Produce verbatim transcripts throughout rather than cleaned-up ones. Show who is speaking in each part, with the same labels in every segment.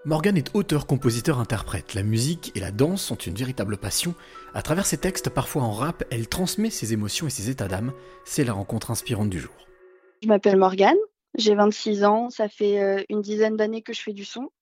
Speaker 1: Morgan est auteur, compositeur, interprète. La musique et la danse sont une véritable passion. À travers ses textes, parfois en rap, elle transmet ses émotions et ses états d'âme. C'est la rencontre inspirante du jour.
Speaker 2: Je m'appelle Morgane, j'ai vingt-six ans, ça fait euh, une dizaine d'années que je fais du son.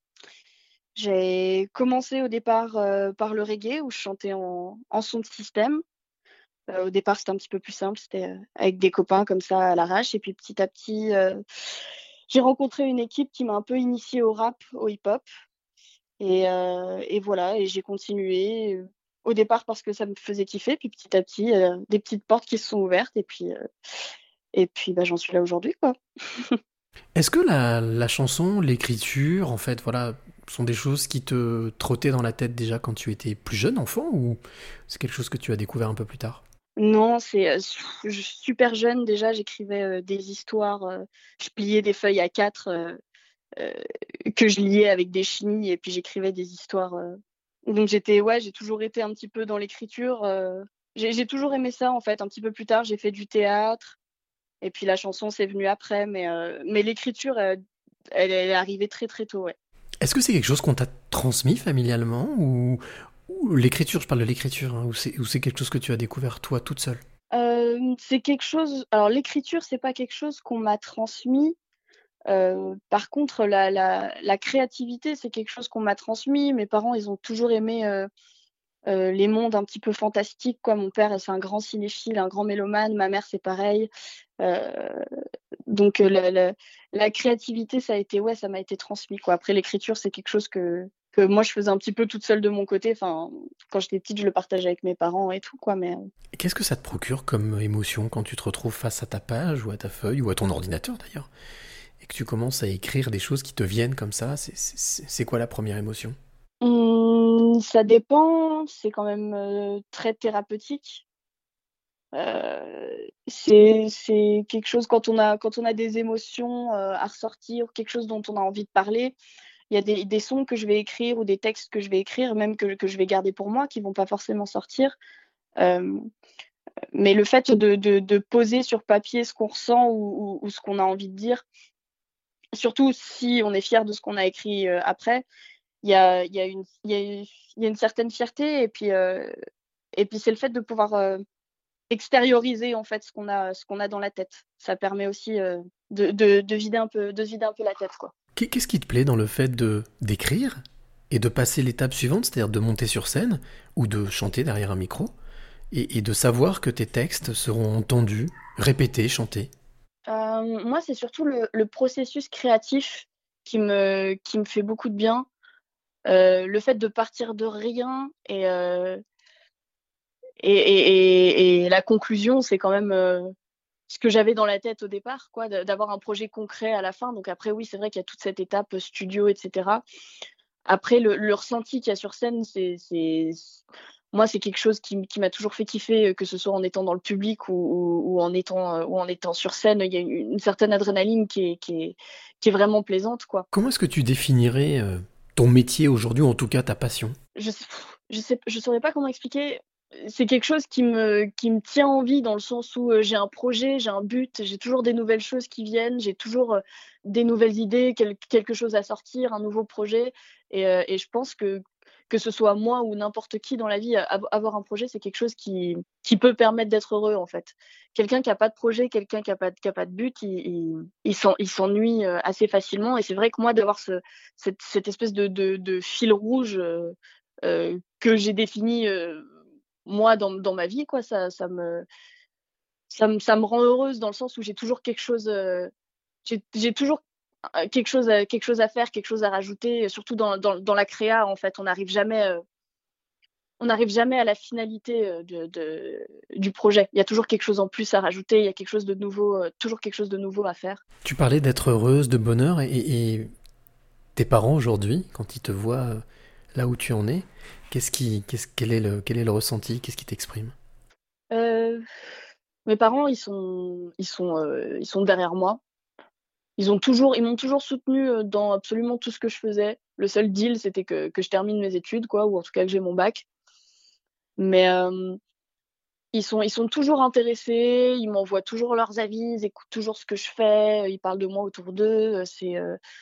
Speaker 2: J'ai commencé au départ euh, par le reggae où je chantais en, en son de système. Euh, au départ, c'était un petit peu plus simple, c'était euh, avec des copains comme ça à l'arrache. Et puis petit à petit, euh, j'ai rencontré une équipe qui m'a un peu initiée au rap, au hip-hop. Et, euh, et voilà, et j'ai continué. euh, Au départ parce que ça me faisait kiffer, puis petit à petit, euh, des petites portes qui se sont ouvertes. Et puis, euh, et puis bah, j'en suis là aujourd'hui, quoi.
Speaker 1: Est-ce que la, la chanson, l'écriture, en fait, voilà, sont des choses qui te trottaient dans la tête déjà quand tu étais plus jeune enfant, ou c'est quelque chose que tu as découvert un peu plus tard?
Speaker 2: Non, c'est euh, su- je- super jeune déjà, j'écrivais euh, des histoires, euh, je pliais des feuilles A quatre euh, euh, que je liais avec des chenilles et puis j'écrivais des histoires. euh. Donc j'étais, ouais, j'ai toujours été un petit peu dans l'écriture. euh. J'ai j'ai toujours aimé ça en fait. Un petit peu plus tard, j'ai fait du théâtre et puis la chanson c'est venu après, mais euh, mais l'écriture, euh, elle, elle est arrivée très très tôt, ouais.
Speaker 1: Est-ce que c'est quelque chose qu'on t'a transmis familialement, ou, ou l'écriture, je parle de l'écriture, hein, ou c'est ou c'est quelque chose que tu as découvert toi toute seule?
Speaker 2: Euh, c'est quelque chose. Alors l'écriture, c'est pas quelque chose qu'on m'a transmis. Heu, par contre, la la la créativité, c'est quelque chose qu'on m'a transmis. Mes parents, ils ont toujours aimé, heu heu, les mondes un petit peu fantastiques, quoi. Mon père, c'est un grand cinéphile, un grand mélomane. Ma mère, c'est pareil. Heu, donc heu, la la la créativité, ça a été ouais, ça m'a été transmis, quoi. Après l'écriture, c'est quelque chose que que moi, je faisais un petit peu toute seule de mon côté. Enfin, quand j'étais petite, je le partageais avec mes parents et tout, quoi, mais heu
Speaker 1: Et qu'est-ce que ça te procure comme émotion quand tu te retrouves face à ta page, ou à ta feuille, ou à ton ordinateur d'ailleurs, et que tu commences à écrire des choses qui te viennent comme ça? C'est c'est- c'est quoi la première émotion?
Speaker 2: mmh, ça dépend, c'est quand même, heu, très thérapeutique. Heu, c'est c'est quelque chose quand on a quand on a des émotions, heu, à ressortir, quelque chose dont on a envie de parler, il y a des des sons que je vais écrire ou des textes que je vais écrire, même que que je vais garder pour moi, qui vont pas forcément sortir. Hem, mais le fait de de de poser sur papier ce qu'on ressent ou ou ou ce qu'on a envie de dire, surtout si on est fier de ce qu'on a écrit, heu, après, il y a il y a une il y a il y a une certaine fierté et puis, heu et puis c'est le fait de pouvoir, heu extérioriser en fait ce qu'on a ce qu'on a dans la tête. Ça permet aussi, heu, de de de vider un peu de se vider un peu la tête, quoi.
Speaker 1: Qu'est- Qu'est-ce qui te plaît dans le fait de d'écrire et de passer l'étape suivante, c'est-à-dire de monter sur scène ou de chanter derrière un micro, et, et de savoir que tes textes seront entendus, répétés, chantés?
Speaker 2: Hem, moi, c'est surtout le le processus créatif qui me qui me fait beaucoup de bien. Heu, le fait de partir de rien et heu et et et et la conclusion, c'est quand même, heu, ce que j'avais dans la tête au départ, quoi, de d'avoir un projet concret à la fin. Donc après, oui, c'est vrai qu'il y a toute cette étape, heu, studio et cetera. Après le le ressenti qu'il y a sur scène, c'est c'est moi, c'est quelque chose qui m qui m'a toujours fait kiffer, heu, que ce soit en étant dans le public ou ou ou en étant, heu, ou en étant sur scène. Il y a une une certaine adrénaline qui est qui est qui est vraiment plaisante, quoi.
Speaker 1: Comment est-ce que tu définirais euh, ton métier aujourd'hui, ou en tout cas ta passion?
Speaker 2: Je s je sais je saurais pas comment expliquer. C'est quelque chose qui me qui me tient en vie dans le sens où, heu, j'ai un projet, j'ai un but, j'ai toujours des nouvelles choses qui viennent, j'ai toujours, heu, des nouvelles idées, quel quelque chose à sortir, un nouveau projet et heu et je pense que que ce soit moi ou n'importe qui dans la vie, av avoir un projet, c'est quelque chose qui qui peut permettre d'être heureux, en fait. Quelqu'un qui a pas de projet, quelqu'un qui a pas de qui a pas de but, il il il s'en il s'ennuie, heu, assez facilement et c'est vrai que moi d'avoir ce cette cette espèce de de de fil rouge, heu heu, que j'ai défini, heu, moi dans dans ma vie quoi, ça ça me ça me ça me rend heureuse dans le sens où j'ai toujours quelque chose, heu, j'ai j'ai toujours, heu, quelque chose à quelque chose à faire, quelque chose à rajouter, surtout dans dans dans la créa en fait, on n'arrive jamais, heu, on n'arrive jamais à la finalité, heu, de de du projet. Il y a toujours quelque chose en plus à rajouter, il y a quelque chose de nouveau, heu, toujours quelque chose de nouveau à faire.
Speaker 1: Tu parlais d'être heureuse, de bonheur, et, et tes parents aujourd'hui, quand ils te voient euh, là où tu en es, qu'est-ce qui, qu'est-ce, quel est le, quel est le ressenti, qu'est-ce qui t'exprime?
Speaker 2: Heu, mes parents ils sont ils sont, heu, ils sont derrière moi. Ils ont toujours ils m'ont toujours soutenue, heu, dans absolument tout ce que je faisais. Le seul deal, c'était que que je termine mes études quoi ou en tout cas que j'ai mon bac. Mais, hem, ils sont ils sont toujours intéressés, ils m'envoient toujours leurs avis, ils écoutent toujours ce que je fais, ils parlent de moi autour d'eux, heu, c'est, heu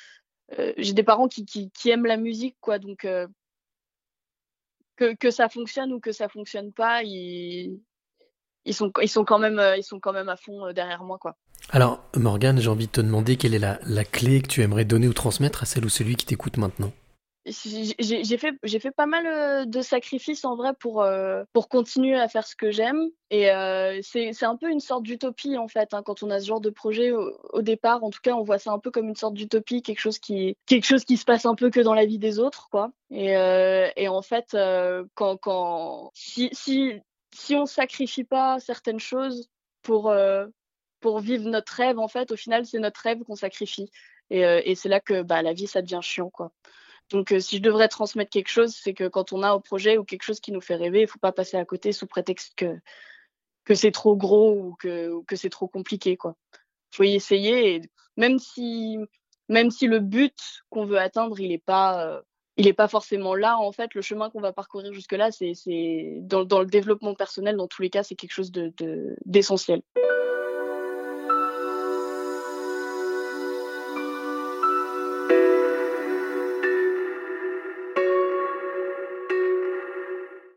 Speaker 2: heu, j'ai des parents qui qui qui aiment la musique, quoi, donc heu, que que ça fonctionne ou que ça fonctionne pas, ils ils sont ils sont quand même, heu, ils sont quand même à fond, heu, derrière moi, quoi.
Speaker 1: Alors, Morgane, j'ai envie de te demander quelle est la, la clé que tu aimerais donner ou transmettre à celle ou celui qui t'écoute maintenant.
Speaker 2: J'ai j'ai j'ai fait j'ai fait pas mal, heu, de sacrifices en vrai pour, heu, pour continuer à faire ce que j'aime et heu, c'est c'est un peu une sorte d'utopie en fait, hein, quand on a ce genre de projet au au départ. En tout cas, on voit ça un peu comme une sorte d'utopie, quelque chose qui quelque chose qui se passe un peu que dans la vie des autres, quoi et heu et en fait, heu, quand quand si si si on sacrifie pas certaines choses pour, heu, pour vivre notre rêve, en fait, au final, c'est notre rêve qu'on sacrifie et heu et c'est là que, bah, la vie, ça devient chiant, quoi. Donc, heu, si je devrais transmettre quelque chose, c'est que quand on a un projet ou quelque chose qui nous fait rêver, il faut pas passer à côté sous prétexte que que c'est trop gros ou que ou que c'est trop compliqué, quoi. Faut y essayer et même si même si le but qu'on veut atteindre, il est pas, heu, il est pas forcément là, en fait, le chemin qu'on va parcourir jusque là, c'est c'est dans dans le développement personnel, dans tous les cas, c'est quelque chose de de d'essentiel.